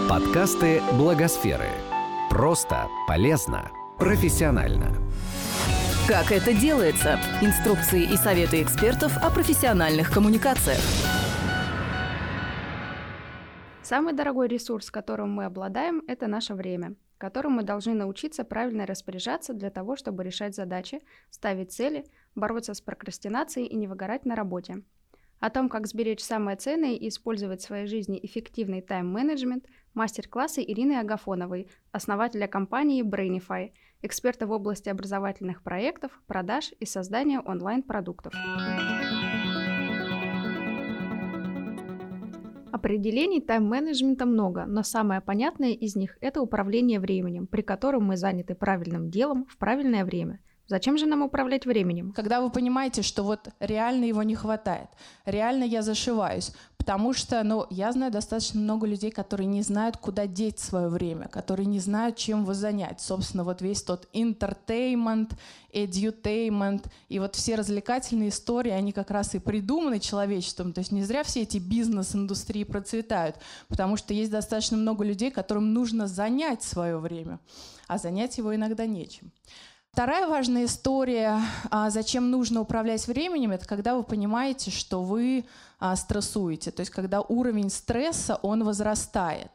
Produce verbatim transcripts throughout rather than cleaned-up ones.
Подкасты Благосферы. Просто, полезно, профессионально. Как это делается? Инструкции и советы экспертов о профессиональных коммуникациях. Самый дорогой ресурс, которым мы обладаем, это наше время, которым мы должны научиться правильно распоряжаться для того, чтобы решать задачи, ставить цели, бороться с прокрастинацией и не выгорать на работе. О том, как сберечь самое ценное и использовать в своей жизни эффективный тайм-менеджмент, мастер-классы Ирины Агафоновой, основателя компании Brainify, эксперта в области образовательных проектов, продаж и создания онлайн-продуктов. Определений тайм-менеджмента много, но самое понятное из них – это управление временем, при котором мы заняты правильным делом в правильное время. Зачем же нам управлять временем? Когда вы понимаете, что вот реально его не хватает, реально я зашиваюсь, потому что, ну, я знаю достаточно много людей, которые не знают, куда деть свое время, которые не знают, чем его занять. Собственно, вот весь тот entertainment, edutainment и вот все развлекательные истории, они как раз и придуманы человечеством. То есть не зря все эти бизнес-индустрии процветают, потому что есть достаточно много людей, которым нужно занять свое время, а занять его иногда нечем. Вторая важная история, зачем нужно управлять временем, это когда вы понимаете, что вы стрессуете, то есть когда уровень стресса, он возрастает.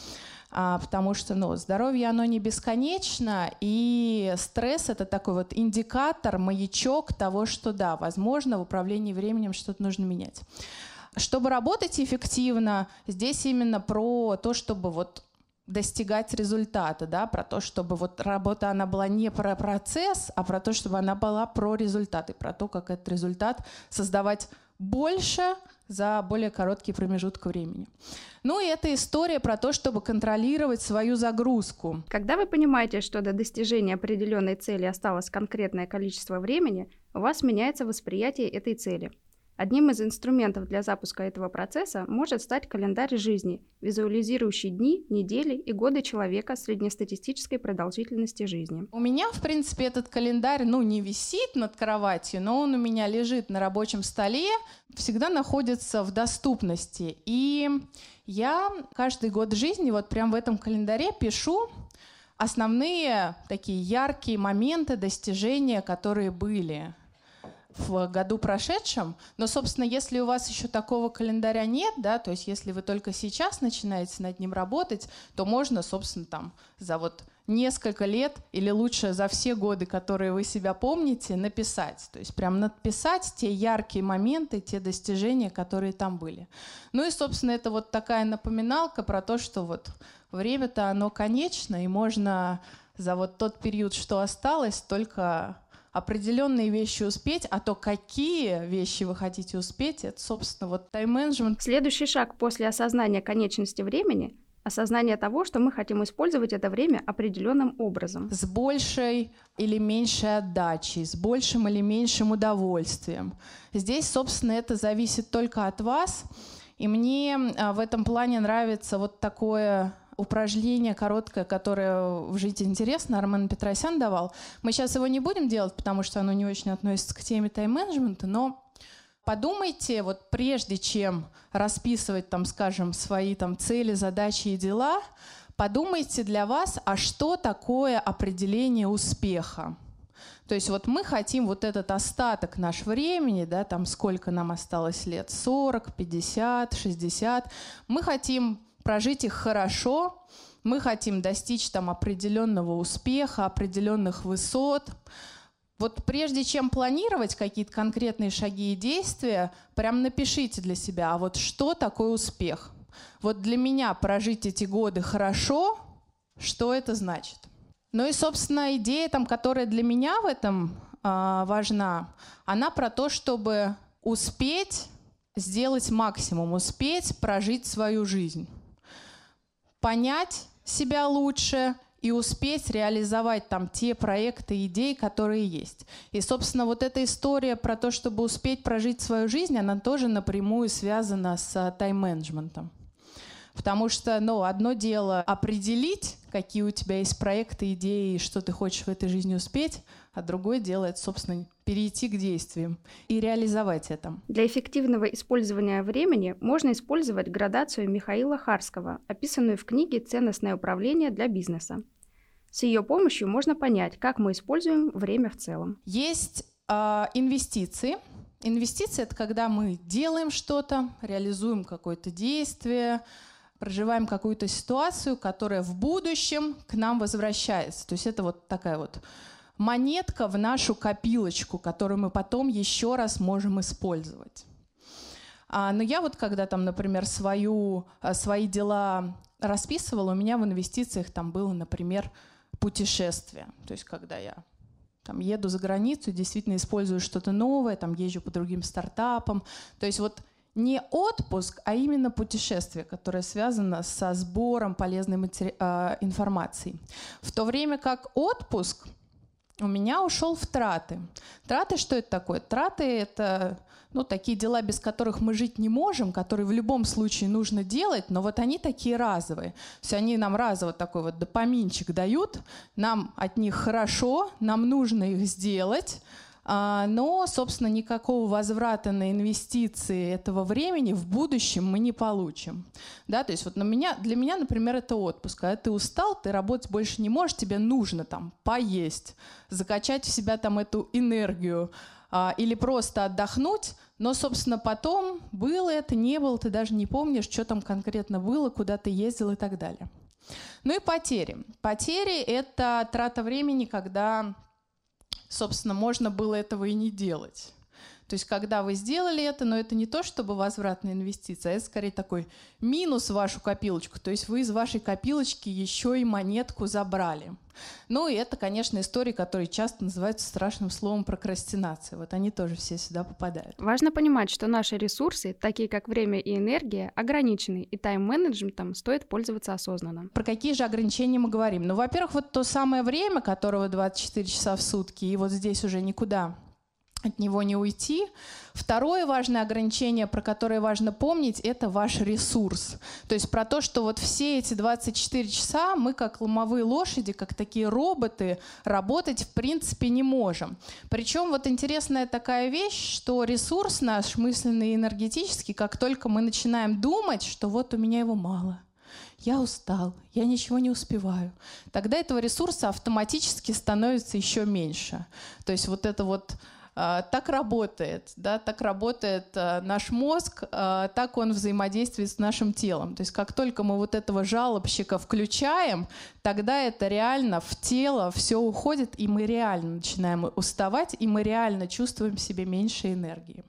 Потому что ну, здоровье, оно не бесконечно, и стресс – это такой вот индикатор, маячок того, что да, возможно, в управлении временем что-то нужно менять. Чтобы работать эффективно, здесь именно про то, чтобы вот достигать результата, да, про то, чтобы вот работа, она была не про процесс, а про то, чтобы она была про результаты, про то, как этот результат создавать больше за более короткий промежуток времени. Ну и это история про то, чтобы контролировать свою загрузку. Когда вы понимаете, что до достижения определенной цели осталось конкретное количество времени, у вас меняется восприятие этой цели. Одним из инструментов для запуска этого процесса может стать календарь жизни, визуализирующий дни, недели и годы человека среднестатистической продолжительности жизни. У меня, в принципе, этот календарь, ну, не висит над кроватью, но он у меня лежит на рабочем столе, всегда находится в доступности. И я каждый год жизни вот прям в этом календаре пишу основные такие яркие моменты, достижения, которые были в году прошедшем, но, собственно, если у вас еще такого календаря нет, да, то есть если вы только сейчас начинаете над ним работать, то можно, собственно, там за вот несколько лет или лучше за все годы, которые вы себя помните, написать. То есть прям написать те яркие моменты, те достижения, которые там были. Ну и, собственно, это вот такая напоминалка про то, что вот время-то оно конечно, и можно за вот тот период, что осталось, только определенные вещи успеть, а то какие вещи вы хотите успеть, это, собственно, вот тайм-менеджмент. Следующий шаг после осознания конечности времени – осознание того, что мы хотим использовать это время определенным образом. С большей или меньшей отдачей, с большим или меньшим удовольствием. Здесь, собственно, это зависит только от вас. И мне в этом плане нравится вот такое упражнение короткое, которое в «Жить интересно» Армен Петросян давал. Мы сейчас его не будем делать, потому что оно не очень относится к теме тайм-менеджмента, но подумайте, вот прежде чем расписывать, там, скажем, свои там, цели, задачи и дела, подумайте для вас, а что такое определение успеха? То есть вот мы хотим вот этот остаток нашего времени, да, там сколько нам осталось лет, сорок, пятьдесят, шестьдесят, мы хотим прожить их хорошо, мы хотим достичь там определенного успеха, определенных высот. Вот прежде чем планировать какие-то конкретные шаги и действия, прям напишите для себя, а вот что такое успех? Вот для меня прожить эти годы хорошо, что это значит? Ну и, собственно, идея, там, которая для меня в этом э, важна, она про то, чтобы успеть сделать максимум, успеть прожить свою жизнь. Понять себя лучше и успеть реализовать там те проекты и идеи, которые есть. И, собственно, вот эта история про то, чтобы успеть прожить свою жизнь, она тоже напрямую связана с тайм-менеджментом. Потому что, ну, одно дело определить, какие у тебя есть проекты, идеи, что ты хочешь в этой жизни успеть, а другое дело — это, собственно, перейти к действиям и реализовать это. Для эффективного использования времени можно использовать градацию Михаила Харского, описанную в книге «Ценностное управление для бизнеса». С ее помощью можно понять, как мы используем время в целом. Есть э, инвестиции. Инвестиции – это когда мы делаем что-то, реализуем какое-то действие, проживаем какую-то ситуацию, которая в будущем к нам возвращается. То есть это вот такая вот монетка в нашу копилочку, которую мы потом еще раз можем использовать. А, но я вот когда там, например, свою, свои дела расписывала, у меня в инвестициях там было, например, путешествие. То есть когда я там еду за границу, действительно использую что-то новое, там езжу по другим стартапам. То есть вот не отпуск, а именно путешествие, которое связано со сбором полезной матери... э, информации. В то время как отпуск у меня ушел в траты. Траты, что это такое? Траты – это ну, такие дела, без которых мы жить не можем, которые в любом случае нужно делать, но вот они такие разовые. То есть они нам разово такой вот допаминчик дают, нам от них хорошо, нам нужно их сделать, но, собственно, никакого возврата на инвестиции этого времени в будущем мы не получим. Да, то есть вот на меня, для меня, например, это отпуск. Когда ты устал, ты работать больше не можешь, тебе нужно там поесть, закачать в себя там эту энергию а, или просто отдохнуть, но, собственно, потом было это, не было, ты даже не помнишь, что там конкретно было, куда ты ездил и так далее. Ну и потери. Потери – это трата времени, когда собственно, можно было этого и не делать. То есть, когда вы сделали это, но это не то, чтобы возвратная инвестиция, а это скорее такой минус в вашу копилочку. То есть вы из вашей копилочки еще и монетку забрали. Ну и это, конечно, истории, которые часто называются страшным словом прокрастинация. Вот они тоже все сюда попадают. Важно понимать, что наши ресурсы, такие как время и энергия, ограничены, и тайм-менеджментом стоит пользоваться осознанно. Про какие же ограничения мы говорим? Ну, во-первых, вот то самое время, которого двадцать четыре часа в сутки, и вот здесь уже никуда от него не уйти. Второе важное ограничение, про которое важно помнить, это ваш ресурс. То есть про то, что вот все эти двадцать четыре часа мы, как ломовые лошади, как такие роботы, работать в принципе не можем. Причем вот интересная такая вещь, что ресурс наш мысленный и энергетический, как только мы начинаем думать, что вот у меня его мало, я устал, я ничего не успеваю, тогда этого ресурса автоматически становится еще меньше. То есть вот это вот так работает, да, так работает э, наш мозг, э, так он взаимодействует с нашим телом. То есть как только мы вот этого жалобщика включаем, тогда это реально в тело все уходит, и мы реально начинаем уставать, и мы реально чувствуем в себе меньше энергии.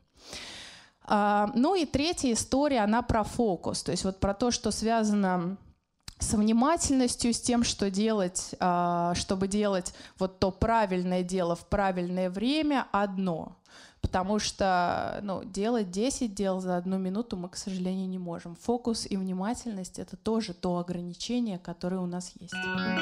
А, ну и третья история, она про фокус, то есть вот про то, что связано с внимательностью, с тем, что делать, чтобы делать вот то правильное дело в правильное время, одно. Потому что ну, делать десять дел за одну минуту мы, к сожалению, не можем. Фокус и внимательность – это тоже то ограничение, которое у нас есть.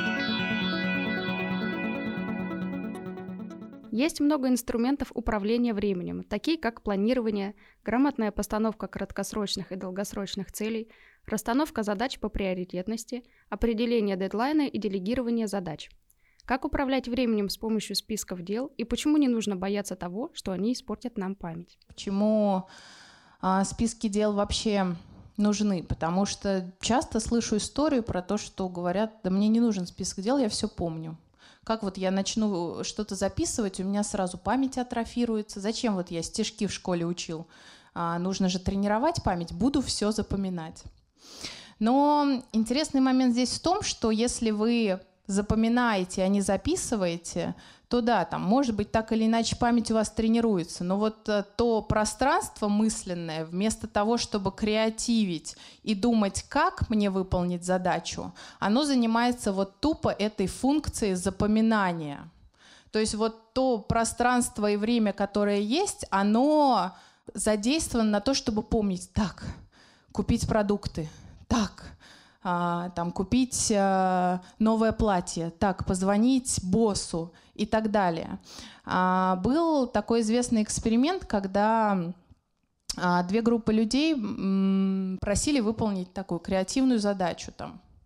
Есть много инструментов управления временем, такие как планирование, грамотная постановка краткосрочных и долгосрочных целей, расстановка задач по приоритетности, определение дедлайна и делегирование задач. Как управлять временем с помощью списков дел и почему не нужно бояться того, что они испортят нам память? Почему а, списки дел вообще нужны? Потому что часто слышу историю про то, что говорят, да мне не нужен список дел, я все помню. Как вот я начну что-то записывать, у меня сразу память атрофируется. Зачем вот я стишки в школе учил? А, нужно же тренировать память, буду все запоминать. Но интересный момент здесь в том, что если вы запоминаете, а не записываете, то да, там, может быть, так или иначе память у вас тренируется, но вот то пространство мысленное, вместо того, чтобы креативить и думать, как мне выполнить задачу, оно занимается вот тупо этой функцией запоминания. То есть вот то пространство и время, которое есть, оно задействовано на то, чтобы помнить, так, купить продукты, так, а, там, купить а, новое платье, так, позвонить боссу и так далее. А, был такой известный эксперимент, когда а, две группы людей м, просили выполнить такую креативную задачу, там,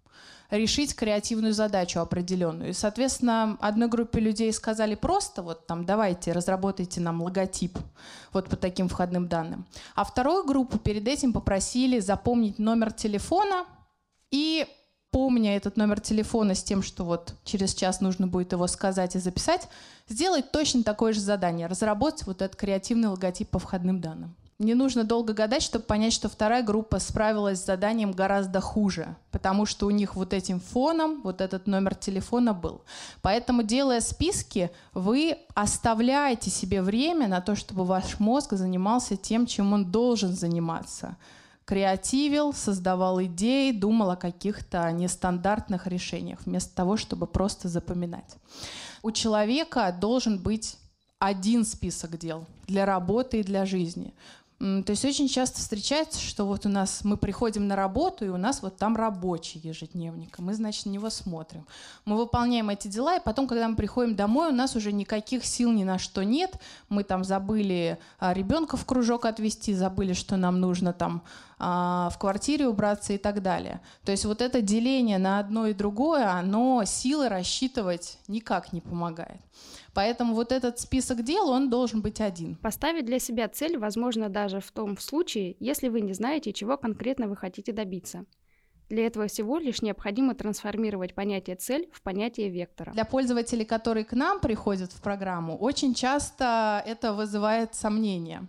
решить креативную задачу определенную. И, соответственно, одной группе людей сказали просто, вот там, давайте, разработайте нам логотип вот по таким входным данным. А вторую группу перед этим попросили запомнить номер телефона и, помня этот номер телефона с тем, что вот через час нужно будет его сказать и записать, сделать точно такое же задание, разработать вот этот креативный логотип по входным данным. Не нужно долго гадать, чтобы понять, что вторая группа справилась с заданием гораздо хуже, потому что у них вот этим фоном вот этот номер телефона был. Поэтому, делая списки, вы оставляете себе время на то, чтобы ваш мозг занимался тем, чем он должен заниматься. Креативил, создавал идеи, думал о каких-то нестандартных решениях, вместо того, чтобы просто запоминать. У человека должен быть один список дел для работы и для жизни. То есть очень часто встречается, что вот у нас мы приходим на работу, и у нас вот там рабочий ежедневник, и мы, значит, на него смотрим. Мы выполняем эти дела, и потом, когда мы приходим домой, у нас уже никаких сил ни на что нет. Мы там забыли ребенка в кружок отвезти, забыли, что нам нужно там в квартире убраться и так далее. То есть вот это деление на одно и другое, оно силы рассчитывать никак не помогает. Поэтому вот этот список дел, он должен быть один. Поставить для себя цель возможно даже в том случае, если вы не знаете, чего конкретно вы хотите добиться. Для этого всего лишь необходимо трансформировать понятие «цель» в понятие «вектора». Для пользователей, которые к нам приходят в программу, очень часто это вызывает сомнения.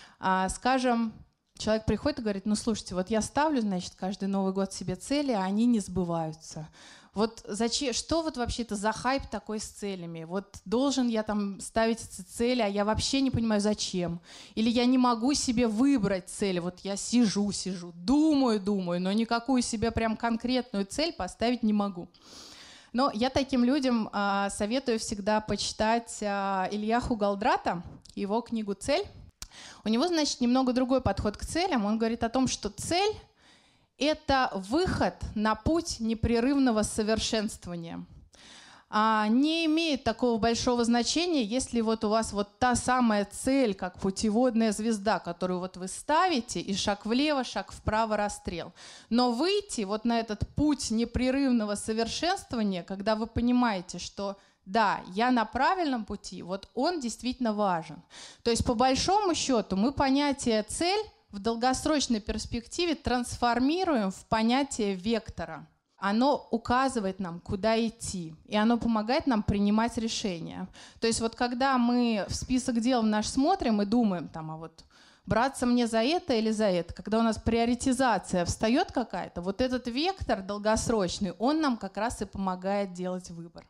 Скажем, человек приходит и говорит: ну слушайте, вот я ставлю, значит, каждый Новый год себе цели, а они не сбываются. Вот зачем, что вот вообще это за хайп такой с целями? Вот должен я там ставить эти цели, а я вообще не понимаю, зачем. Или я не могу себе выбрать цели. Вот я сижу, сижу, думаю, думаю, но никакую себе прям конкретную цель поставить не могу. Но я таким людям а, советую всегда почитать а, Ильяху Галдрата, его книгу «Цель». У него, значит, немного другой подход к целям. Он говорит о том, что цель — это выход на путь непрерывного совершенствования. А не имеет такого большого значения, если вот у вас вот та самая цель, как путеводная звезда, которую вот вы ставите, и шаг влево, шаг вправо, расстрел. Но выйти вот на этот путь непрерывного совершенствования, когда вы понимаете, что да, я на правильном пути, вот он действительно важен. То есть по большому счету мы понятие «цель» в долгосрочной перспективе трансформируем в понятие вектора. Оно указывает нам, куда идти, и оно помогает нам принимать решения. То есть вот когда мы в список дел наш смотрим и думаем, там, а вот браться мне за это или за это, когда у нас приоритизация встает какая-то, вот этот вектор долгосрочный, он нам как раз и помогает делать выбор.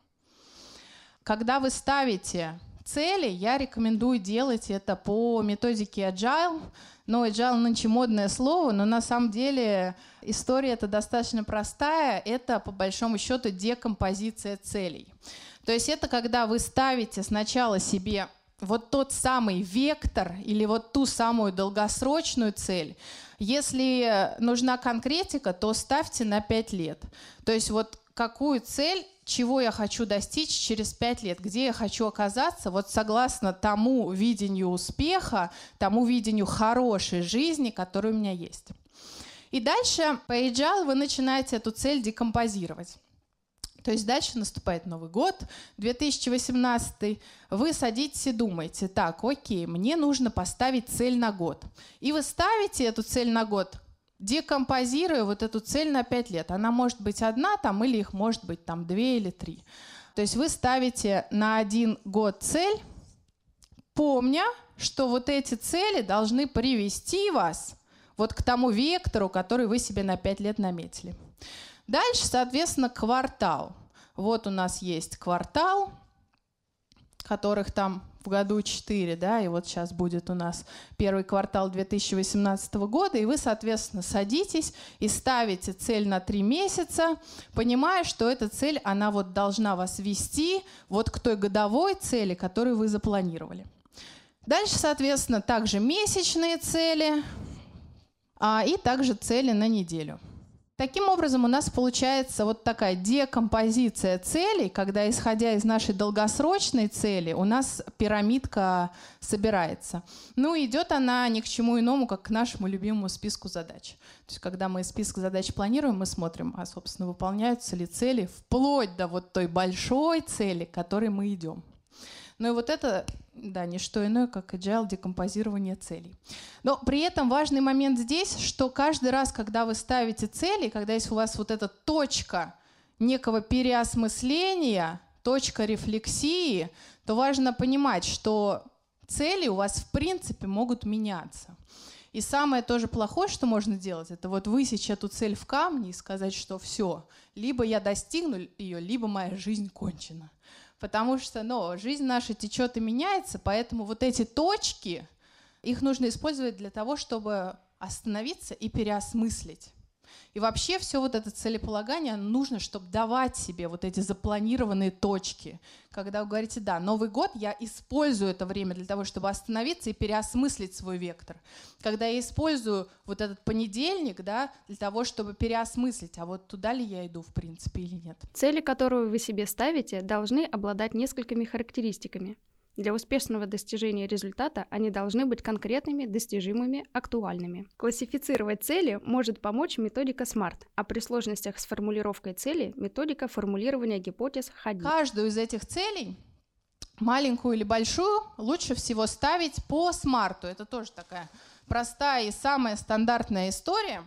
Когда вы ставите цели, я рекомендую делать это по методике Agile. Но agile нынче модное слово, но на самом деле история это достаточно простая. Это, по большому счету, декомпозиция целей. То есть это когда вы ставите сначала себе вот тот самый вектор или вот ту самую долгосрочную цель. Если нужна конкретика, то ставьте на пять лет. То есть вот какую цель, чего я хочу достичь через пять лет, где я хочу оказаться, вот согласно тому видению успеха, тому видению хорошей жизни, которая у меня есть. И дальше по Agile вы начинаете эту цель декомпозировать. То есть дальше наступает Новый год, две тысячи восемнадцатый, вы садитесь и думаете: так, окей, мне нужно поставить цель на год. И вы ставите эту цель на год, декомпозируя вот эту цель на пять лет. Она может быть одна там, или их может быть там две или три. То есть вы ставите на один год цель, помня, что вот эти цели должны привести вас вот к тому вектору, который вы себе на пять лет наметили. Дальше, соответственно, квартал. Вот у нас есть квартал, которых там в году четыре, да, и вот сейчас будет у нас первый квартал две тысячи восемнадцатого года, и вы, соответственно, садитесь и ставите цель на три месяца, понимая, что эта цель, она вот должна вас вести вот к той годовой цели, которую вы запланировали. Дальше, соответственно, также месячные цели, а, и также цели на неделю. Таким образом, у нас получается вот такая декомпозиция целей, когда, исходя из нашей долгосрочной цели, у нас пирамидка собирается. Ну, идет она ни к чему иному, как к нашему любимому списку задач. То есть, когда мы список задач планируем, мы смотрим, а, собственно, выполняются ли цели вплоть до вот той большой цели, к которой мы идем. Ну и вот это, да, не что иное, как agile декомпозирование целей. Но при этом важный момент здесь, что каждый раз, когда вы ставите цели, когда есть у вас вот эта точка некого переосмысления, точка рефлексии, то важно понимать, что цели у вас в принципе могут меняться. И самое тоже плохое, что можно делать, это вот высечь эту цель в камне и сказать, что все, либо я достигну ее, либо моя жизнь кончена. Потому что ну, жизнь наша течет и меняется, поэтому вот эти точки, их нужно использовать для того, чтобы остановиться и переосмыслить. И вообще все вот это целеполагание нужно, чтобы давать себе вот эти запланированные точки. Когда вы говорите, да, Новый год, я использую это время для того, чтобы остановиться и переосмыслить свой вектор. Когда я использую вот этот понедельник, да, для того, чтобы переосмыслить, а вот туда ли я иду в принципе или нет. Цели, которые вы себе ставите, должны обладать несколькими характеристиками. Для успешного достижения результата они должны быть конкретными, достижимыми, актуальными. Классифицировать цели может помочь методика смарт, а при сложностях с формулировкой цели – методика формулирования гипотез Хади. Каждую из этих целей, маленькую или большую, лучше всего ставить по смарту. Это тоже такая простая и самая стандартная история.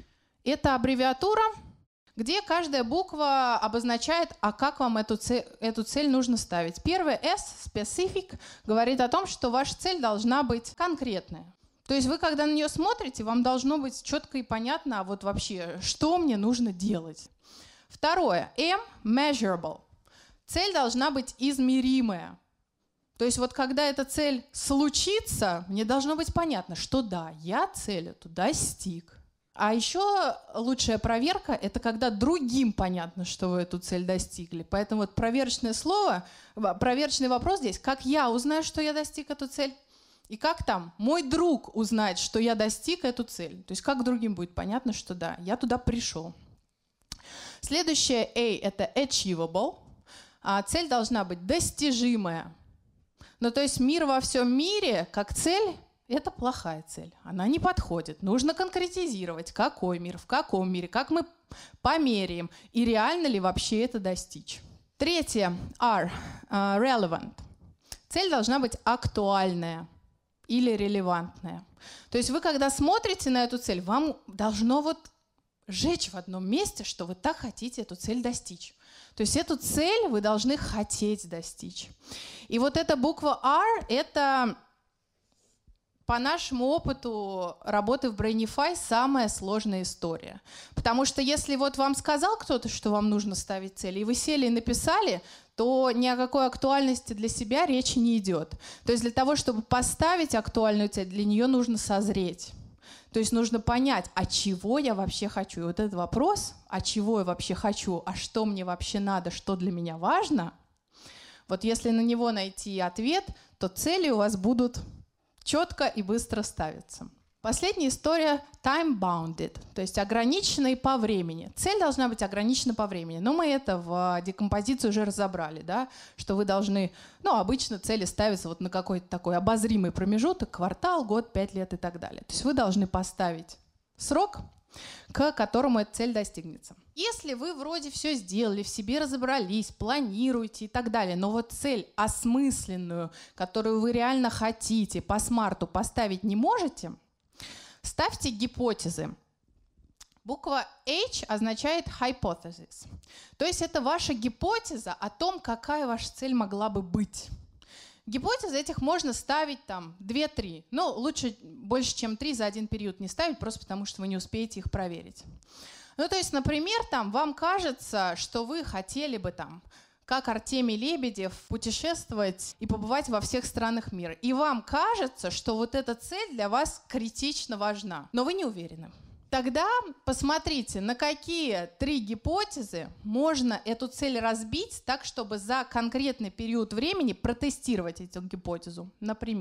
Это аббревиатура, где каждая буква обозначает, а как вам эту цель, эту цель нужно ставить. Первое S, specific, говорит о том, что ваша цель должна быть конкретная. То есть вы, когда на нее смотрите, вам должно быть четко и понятно, а вот вообще, что мне нужно делать. Второе, M, measurable. Цель должна быть измеримая. То есть вот когда эта цель случится, мне должно быть понятно, что да, я цель эту достиг. А еще лучшая проверка – это когда другим понятно, что вы эту цель достигли. Поэтому вот проверочное слово, проверочный вопрос здесь – как я узнаю, что я достиг эту цель? И как там мой друг узнает, что я достиг эту цель? То есть как другим будет понятно, что да, я туда пришел. Следующее A – это achievable. А цель должна быть достижимая. Ну то есть мир во всем мире как цель – это плохая цель, она не подходит. Нужно конкретизировать, какой мир, в каком мире, как мы померяем и реально ли вообще это достичь. Третье, R, uh, relevant. Цель должна быть актуальная или релевантная. То есть вы, когда смотрите на эту цель, вам должно вот жечь в одном месте, что вы так хотите эту цель достичь. То есть эту цель вы должны хотеть достичь. И вот эта буква R – это... По нашему опыту работы в Brainify самая сложная история. Потому что если вот вам сказал кто-то, что вам нужно ставить цели, и вы сели и написали, то ни о какой актуальности для себя речи не идет. То есть для того, чтобы поставить актуальную цель, для нее нужно созреть. То есть нужно понять, а чего я вообще хочу. И вот этот вопрос, а чего я вообще хочу, а что мне вообще надо, что для меня важно, вот если на него найти ответ, то цели у вас будут... четко и быстро ставится. Последняя история time-bounded, то есть ограниченной по времени. Цель должна быть ограничена по времени. Но мы это в декомпозиции уже разобрали, да? Что вы должны, ну, обычно цели ставятся вот на какой-то такой обозримый промежуток, квартал, год, пять лет и так далее. То есть вы должны поставить срок, к которому эта цель достигнется. Если вы вроде все сделали, в себе разобрались, планируете и так далее, но вот цель осмысленную, которую вы реально хотите, по смарту поставить не можете, ставьте гипотезы. Буква H означает hypothesis. То есть это ваша гипотеза о том, какая ваша цель могла бы быть. Гипотезы этих можно ставить там две-три. Но лучше больше, чем три за один период не ставить, просто потому что вы не успеете их проверить. Ну, то есть, например, там, вам кажется, что вы хотели бы там, как Артемий Лебедев, путешествовать и побывать во всех странах мира. И вам кажется, что вот эта цель для вас критично важна, но вы не уверены. Тогда посмотрите, на какие три гипотезы можно эту цель разбить так, чтобы за конкретный период времени протестировать эту гипотезу. Например,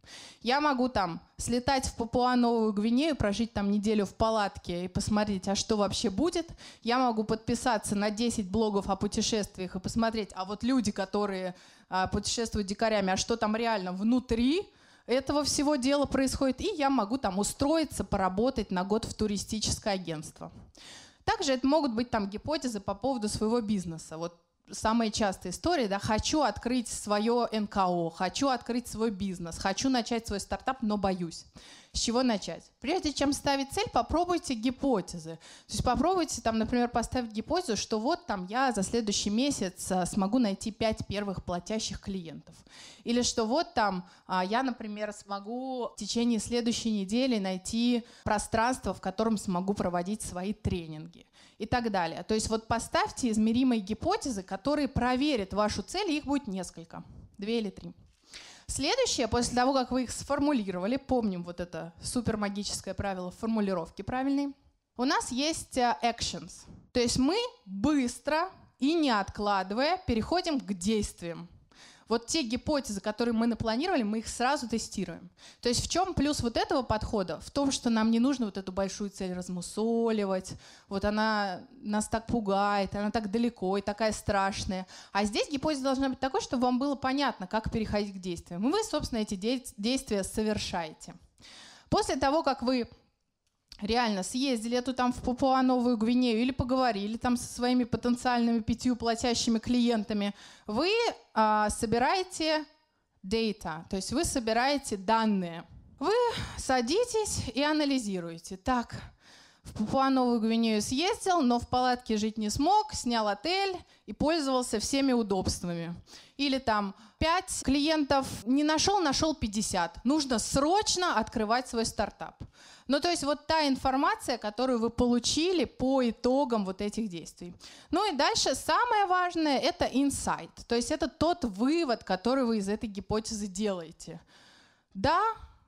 Я могу там слетать в Папуа-Новую Гвинею, прожить там неделю в палатке и посмотреть, а что вообще будет. Я могу подписаться на десять блогов о путешествиях и посмотреть, а вот люди, которые а, путешествуют дикарями, а что там реально внутри этого всего дела происходит. И я могу там устроиться, поработать на год в туристическое агентство. Также это могут быть там гипотезы по поводу своего бизнеса. Вот самая частая история, да, хочу открыть свое эн ка о, хочу открыть свой бизнес, хочу начать свой стартап, но боюсь. С чего начать? Прежде чем ставить цель, попробуйте гипотезы. То есть попробуйте, там, например, поставить гипотезу, что вот там я за следующий месяц а, смогу найти пять первых платящих клиентов. Или что вот там а, я, например, смогу в течение следующей недели найти пространство, в котором смогу проводить свои тренинги. И так далее. То есть вот поставьте измеримые гипотезы, которые проверят вашу цель, и их будет несколько, две или три. Следующее, после того, как вы их сформулировали, помним вот это супермагическое правило формулировки правильной, у нас есть actions. То есть мы быстро и не откладывая переходим к действиям. Вот те гипотезы, которые мы напланировали, мы их сразу тестируем. То есть в чем плюс вот этого подхода? В том, что нам не нужно вот эту большую цель размусоливать, вот она нас так пугает, она так далеко и такая страшная. А здесь гипотеза должна быть такой, чтобы вам было понятно, как переходить к действиям. И вы, собственно, эти действия совершаете. После того, как вы реально съездили эту там в Папуа-Новую Гвинею или поговорили там со своими потенциальными пятью платящими клиентами, вы а, собираете data, то есть вы собираете данные. Вы садитесь и анализируете. Так, в Папуа-Новую Гвинею съездил, но в палатке жить не смог, снял отель и пользовался всеми удобствами. Или там пять клиентов не нашел, нашел пятьдесят. Нужно срочно открывать свой стартап. Ну, то есть вот та информация, которую вы получили по итогам вот этих действий. Ну и дальше самое важное – это инсайт. То есть это тот вывод, который вы из этой гипотезы делаете. Да,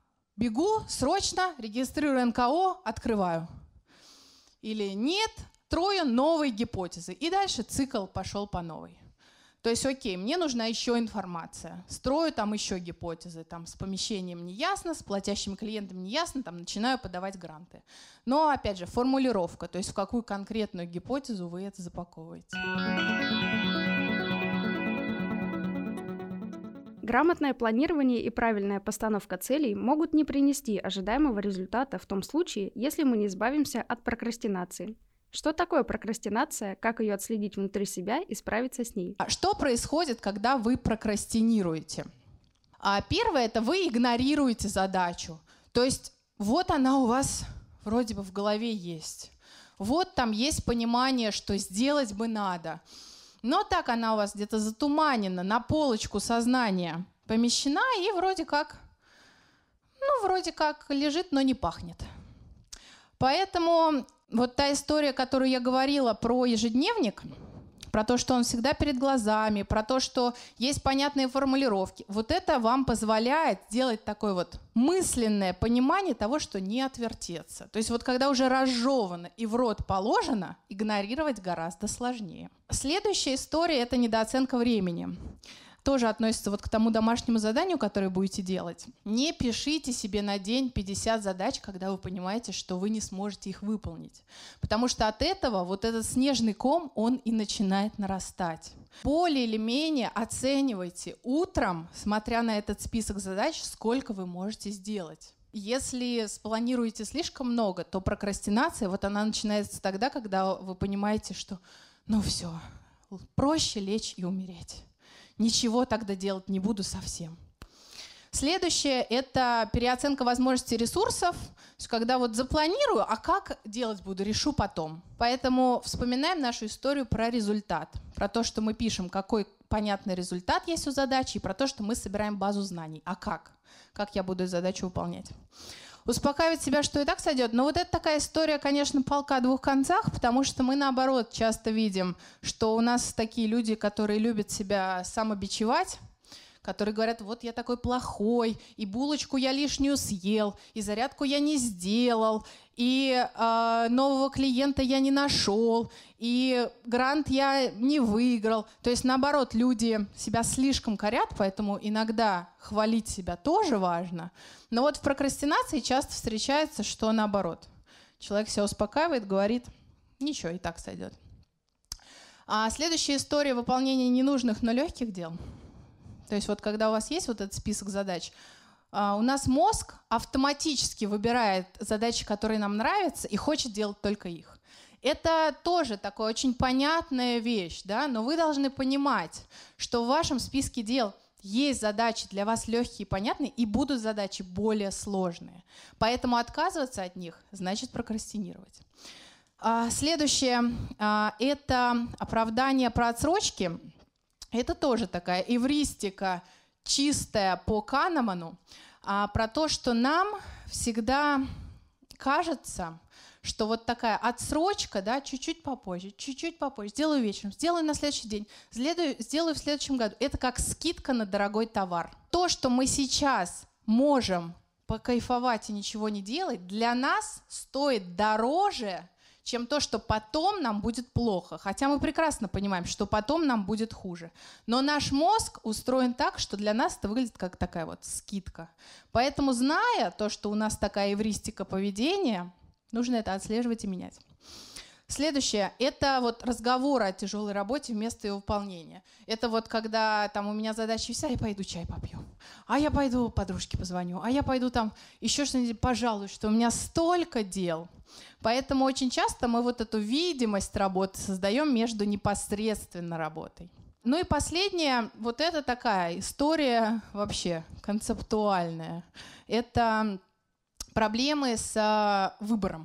бегу, срочно, регистрирую эн ка о, открываю. Или нет, трою новые гипотезы. И дальше цикл пошел по новой. То есть, окей, мне нужна еще информация. Строю там еще гипотезы. Там с помещением не ясно, с платящими клиентами не ясно, там начинаю подавать гранты. Но, опять же, формулировка, то есть в какую конкретную гипотезу вы это запаковываете. Грамотное планирование и правильная постановка целей могут не принести ожидаемого результата в том случае, если мы не избавимся от прокрастинации. Что такое прокрастинация, как ее отследить внутри себя и справиться с ней? Что происходит, когда вы прокрастинируете? Первое – это вы игнорируете задачу. То есть вот она у вас вроде бы в голове есть. Вот там есть понимание, что сделать бы надо. Но так она у вас где-то затуманена, на полочку сознания помещена и вроде как, ну, вроде как лежит, но не пахнет. Поэтому вот та история, которую я говорила про ежедневник, про то, что он всегда перед глазами, про то, что есть понятные формулировки, вот это вам позволяет делать такое вот мысленное понимание того, что не отвертеться. То есть вот когда уже разжевано и в рот положено, игнорировать гораздо сложнее. Следующая история – это недооценка времени. Тоже относится вот к тому домашнему заданию, которое будете делать. Не пишите себе на день пятьдесят задач, когда вы понимаете, что вы не сможете их выполнить. Потому что от этого вот этот снежный ком, он и начинает нарастать. Более или менее оценивайте утром, смотря на этот список задач, сколько вы можете сделать. Если спланируете слишком много, то прокрастинация, вот она начинается тогда, когда вы понимаете, что ну все, проще лечь и умереть. Ничего тогда делать не буду совсем. Следующее – это переоценка возможностей ресурсов. То есть, когда вот запланирую, а как делать буду, решу потом. Поэтому вспоминаем нашу историю про результат. Про то, что мы пишем, какой понятный результат есть у задачи, и про то, что мы собираем базу знаний. А как? Как я буду эту задачу выполнять? Успокаивать себя, что и так сойдет. Но вот это такая история, конечно, палка о двух концах, потому что мы, наоборот, часто видим, что у нас такие люди, которые любят себя самобичевать, которые говорят, вот я такой плохой, и булочку я лишнюю съел, и зарядку я не сделал, и э, нового клиента я не нашел, и грант я не выиграл. То есть, наоборот, люди себя слишком корят, поэтому иногда хвалить себя тоже важно. Но вот в прокрастинации часто встречается, что наоборот. Человек себя успокаивает, говорит, ничего, и так сойдет. А следующая история — выполнения ненужных, но легких дел. То есть вот когда у вас есть вот этот список задач, у нас мозг автоматически выбирает задачи, которые нам нравятся, и хочет делать только их. Это тоже такая очень понятная вещь, да? Но вы должны понимать, что в вашем списке дел есть задачи для вас легкие и понятные, и будут задачи более сложные. Поэтому отказываться от них значит прокрастинировать. Следующее – это оправдание про отсрочки. Это тоже такая эвристика чистая по Канеману, про то, что нам всегда кажется, что вот такая отсрочка, да, чуть-чуть попозже, чуть-чуть попозже, сделаю вечером, сделаю на следующий день, сделаю, сделаю в следующем году. Это как скидка на дорогой товар. То, что мы сейчас можем покайфовать и ничего не делать, для нас стоит дороже, чем то, что потом нам будет плохо. Хотя мы прекрасно понимаем, что потом нам будет хуже. Но наш мозг устроен так, что для нас это выглядит как такая вот скидка. Поэтому, зная то, что у нас такая эвристика поведения, нужно это отслеживать и менять. Следующее – это вот разговоры о тяжелой работе вместо ее выполнения. Это вот когда там у меня задача вся, я пойду чай попью, а я пойду подружке позвоню, а я пойду там еще что-нибудь пожалуюсь, что у меня столько дел. Поэтому очень часто мы вот эту видимость работы создаем между непосредственно работой. Ну и последнее, вот это такая история вообще концептуальная. Это проблемы с выбором.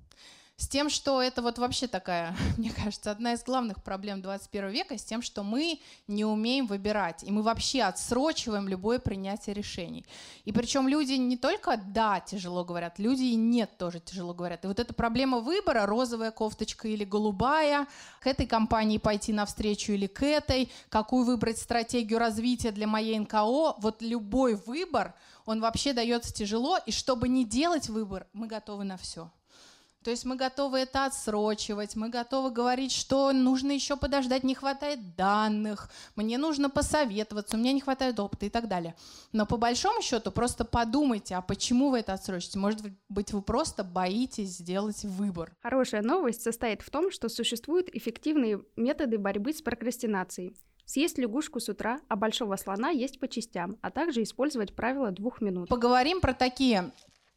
С тем, что это вот вообще такая, мне кажется, одна из главных проблем двадцать первого века, с тем, что мы не умеем выбирать, и мы вообще отсрочиваем любое принятие решений. И причем люди не только «да» тяжело говорят, люди и «нет» тоже тяжело говорят. И вот эта проблема выбора, розовая кофточка или голубая, к этой компании пойти навстречу или к этой, какую выбрать стратегию развития для моей эн ка о, вот любой выбор, он вообще дается тяжело, и чтобы не делать выбор, мы готовы на все. То есть мы готовы это отсрочивать, мы готовы говорить, что нужно еще подождать, не хватает данных, мне нужно посоветоваться, у меня не хватает опыта и так далее. Но по большому счету просто подумайте, а почему вы это отсрочите? Может быть, вы просто боитесь сделать выбор. Хорошая новость состоит в том, что существуют эффективные методы борьбы с прокрастинацией. Съесть лягушку с утра, а большого слона есть по частям, а также использовать правило двух минут. Поговорим про такие...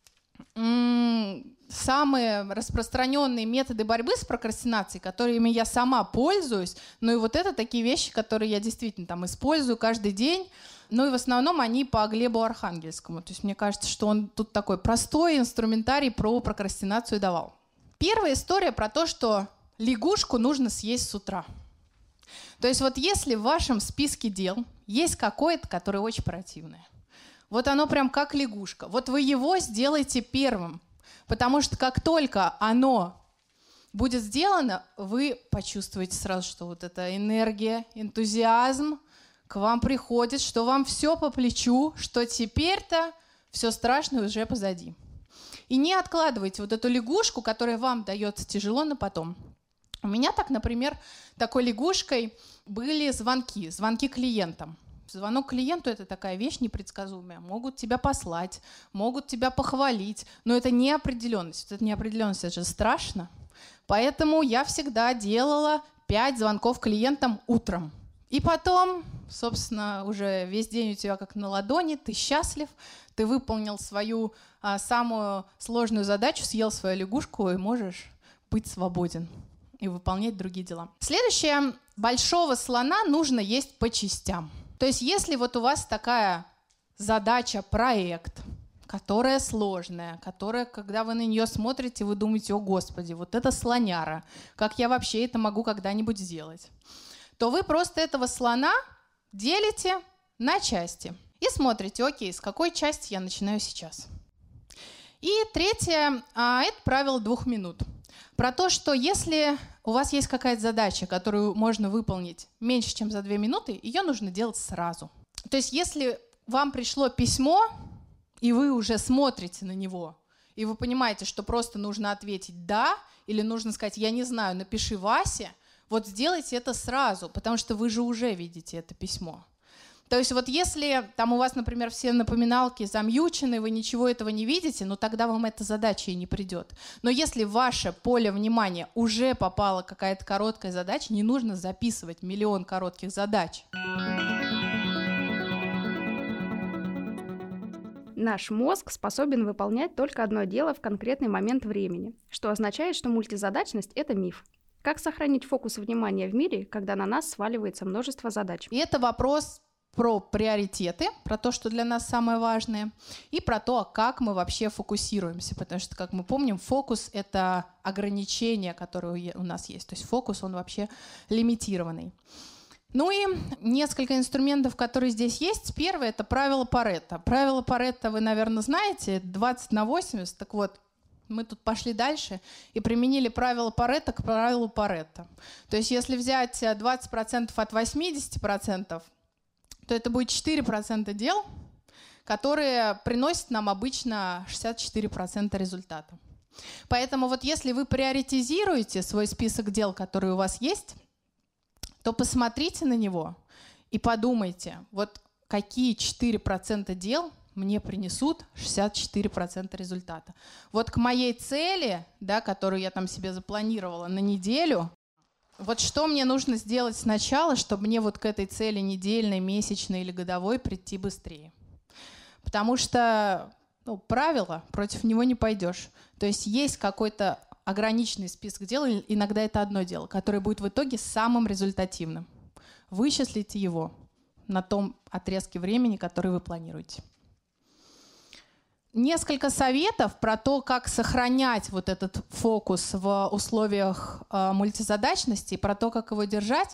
самые распространенные методы борьбы с прокрастинацией, которыми я сама пользуюсь, ну и вот это такие вещи, которые я действительно там использую каждый день, ну и в основном они по Глебу Архангельскому. То есть мне кажется, что он тут такой простой инструментарий про прокрастинацию давал. Первая история про то, что лягушку нужно съесть с утра. То есть вот если в вашем списке дел есть какое-то, которое очень противное, вот оно прям как лягушка. Вот вы его сделайте первым, потому что как только оно будет сделано, вы почувствуете сразу, что вот эта энергия, энтузиазм к вам приходит, что вам все по плечу, что теперь-то все страшное уже позади. И не откладывайте вот эту лягушку, которая вам дается тяжело, на потом. У меня так, например, такой лягушкой были звонки, звонки клиентам. Звонок клиенту – это такая вещь непредсказуемая. Могут тебя послать, могут тебя похвалить, но это неопределенность. Вот эта неопределенность – это же страшно. Поэтому я всегда делала пять звонков клиентам утром. И потом, собственно, уже весь день у тебя как на ладони, ты счастлив, ты выполнил свою а, самую сложную задачу, съел свою лягушку и можешь быть свободен и выполнять другие дела. Следующее. Большого слона нужно есть по частям. То есть если вот у вас такая задача, проект, которая сложная, которая, когда вы на нее смотрите, вы думаете, о Господи, вот это слоняра, как я вообще это могу когда-нибудь сделать, то вы просто этого слона делите на части и смотрите, окей, с какой части я начинаю сейчас. И третье, это правило двух минут. Про то, что если у вас есть какая-то задача, которую можно выполнить меньше, чем за две минуты, ее нужно делать сразу. То есть если вам пришло письмо, и вы уже смотрите на него, и вы понимаете, что просто нужно ответить «да», или нужно сказать «я не знаю, напиши Васе», вот сделайте это сразу, потому что вы же уже видите это письмо. То есть вот если там у вас, например, все напоминалки замьючены, вы ничего этого не видите, ну тогда вам эта задача и не придет. Но если в ваше поле внимания уже попала какая-то короткая задача, не нужно записывать миллион коротких задач. Наш мозг способен выполнять только одно дело в конкретный момент времени, что означает, что мультизадачность – это миф. Как сохранить фокус внимания в мире, когда на нас сваливается множество задач? И это вопрос про приоритеты, про то, что для нас самое важное, и про то, как мы вообще фокусируемся. Потому что, как мы помним, фокус — это ограничение, которое у нас есть. То есть фокус, он вообще лимитированный. Ну и несколько инструментов, которые здесь есть. Первое — это правило Паретто. Правило Паретто вы, наверное, знаете, двадцать на восемьдесят. Так вот, мы тут пошли дальше и применили правило Паретто к правилу Паретто. То есть если взять двадцать процентов от восьмидесяти процентов, то это будет четыре процента дел, которые приносят нам обычно шестьдесят четыре процента результата. Поэтому вот если вы приоритизируете свой список дел, которые у вас есть, то посмотрите на него и подумайте, вот какие четыре процента дел мне принесут шестьдесят четыре процента результата. Вот к моей цели, да, которую я там себе запланировала на неделю, вот что мне нужно сделать сначала, чтобы мне вот к этой цели недельной, месячной или годовой прийти быстрее. Потому что ну, правило, против него не пойдешь. То есть есть какой-то ограниченный список дел, иногда это одно дело, которое будет в итоге самым результативным. Вычислите его на том отрезке времени, который вы планируете. Несколько советов про то, как сохранять вот этот фокус в условиях э, мультизадачности, про то, как его держать.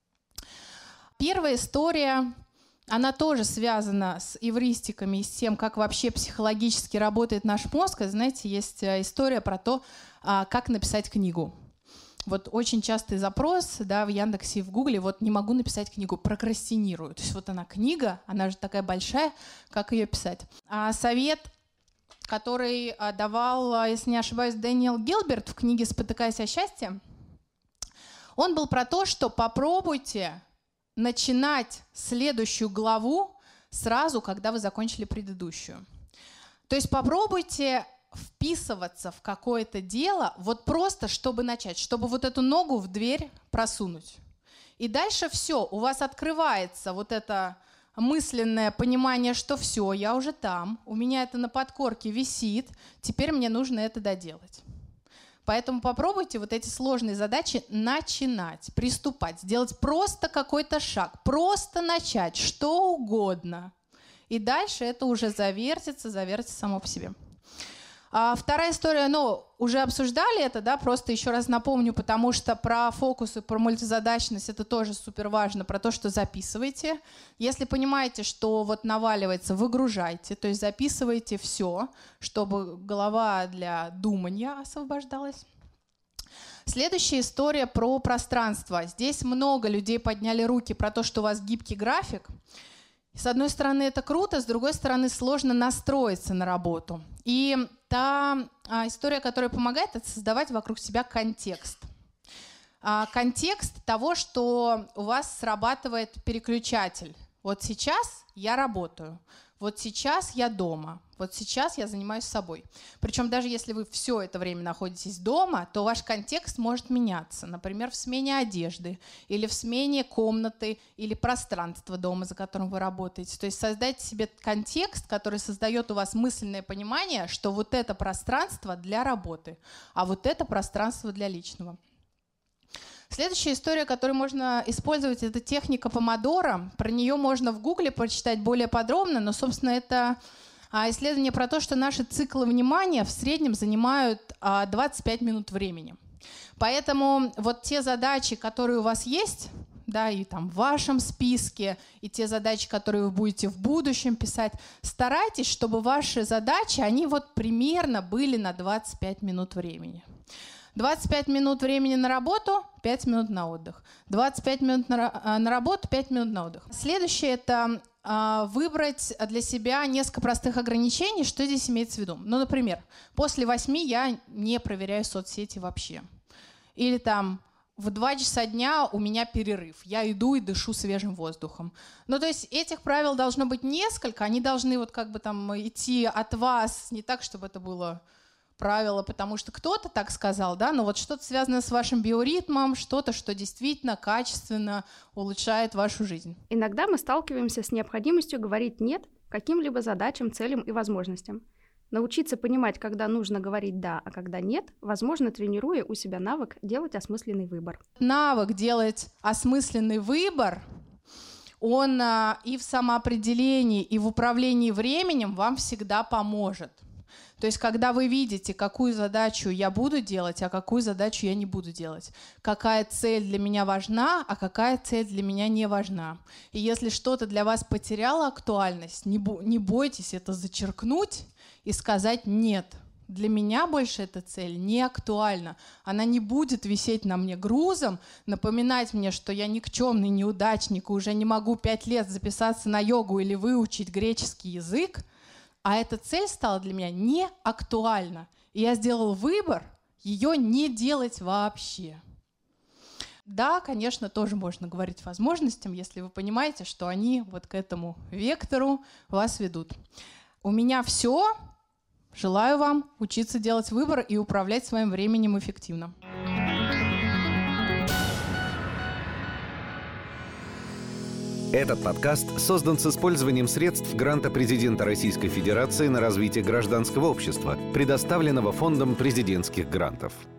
Первая история, она тоже связана с эвристиками и с тем, как вообще психологически работает наш мозг. И, знаете, есть история про то, э, как написать книгу. Вот очень частый запрос, да, в Яндексе и в Гугле, вот не могу написать книгу, прокрастинирую. То есть вот она книга, она же такая большая, как ее писать. А совет, который давал, если не ошибаюсь, Дэниел Гилберт в книге «Спотыкаясь о счастье», он был про то, что попробуйте начинать следующую главу сразу, когда вы закончили предыдущую. То есть попробуйте вписываться в какое-то дело вот просто, чтобы начать, чтобы вот эту ногу в дверь просунуть. И дальше все, у вас открывается вот это мысленное понимание, что все, я уже там, у меня это на подкорке висит, теперь мне нужно это доделать. Поэтому попробуйте вот эти сложные задачи начинать, приступать, сделать просто какой-то шаг, просто начать, что угодно. И дальше это уже завертится, завертится само по себе. А вторая история, ну, уже обсуждали это, да, просто еще раз напомню, потому что про фокус и про мультизадачность это тоже супер важно, про то, что записывайте. Если понимаете, что вот наваливается, выгружайте, то есть записывайте все, чтобы голова для думания освобождалась. Следующая история про пространство. Здесь много людей подняли руки про то, что у вас гибкий график. С одной стороны, это круто, с другой стороны, сложно настроиться на работу. И та а, история, которая помогает, это создавать вокруг себя контекст. А, контекст того, что у вас срабатывает переключатель. Вот сейчас я работаю, вот сейчас я дома, вот сейчас я занимаюсь собой. Причем даже если вы все это время находитесь дома, то ваш контекст может меняться. Например, в смене одежды, или в смене комнаты, или пространства дома, за которым вы работаете. То есть создайте себе контекст, который создает у вас мысленное понимание, что вот это пространство для работы, а вот это пространство для личного. Следующая история, которую можно использовать, это техника помодоро. Про нее можно в Гугле прочитать более подробно, но, собственно, это исследование про то, что наши циклы внимания в среднем занимают двадцать пять минут времени. Поэтому вот те задачи, которые у вас есть, да, и там в вашем списке, и те задачи, которые вы будете в будущем писать, старайтесь, чтобы ваши задачи, они вот примерно были на двадцать пять минут времени. двадцать пять минут времени на работу, пять минут на отдых. двадцать пять минут на, на работу, пять минут на отдых. Следующее – это э, выбрать для себя несколько простых ограничений. Что здесь имеется в виду? Ну, например, после восьми я не проверяю соцсети вообще. Или там в два часа дня у меня перерыв. Я иду и дышу свежим воздухом. Ну, то есть этих правил должно быть несколько. Они должны вот как бы там идти от вас, не так, чтобы это было правило, потому что кто-то так сказал, да, но вот что-то связанное с вашим биоритмом, что-то, что действительно качественно улучшает вашу жизнь. Иногда мы сталкиваемся с необходимостью говорить «нет» каким-либо задачам, целям и возможностям. Научиться понимать, когда нужно говорить «да», а когда «нет», возможно, тренируя у себя навык делать осмысленный выбор. Навык делать осмысленный выбор, он а, и в самоопределении, и в управлении временем вам всегда поможет. То есть, когда вы видите, какую задачу я буду делать, а какую задачу я не буду делать, какая цель для меня важна, а какая цель для меня не важна. И если что-то для вас потеряло актуальность, не, бо- не бойтесь это зачеркнуть и сказать «нет». Для меня больше эта цель не актуальна. Она не будет висеть на мне грузом, напоминать мне, что я никчемный неудачник и уже не могу пять лет записаться на йогу или выучить греческий язык. А эта цель стала для меня не актуальна. И я сделал выбор ее не делать вообще. Да, конечно, тоже можно говорить возможностям, если вы понимаете, что они вот к этому вектору вас ведут. У меня все. Желаю вам учиться делать выбор и управлять своим временем эффективно. Этот подкаст создан с использованием средств гранта президента Российской Федерации на развитие гражданского общества, предоставленного Фондом президентских грантов.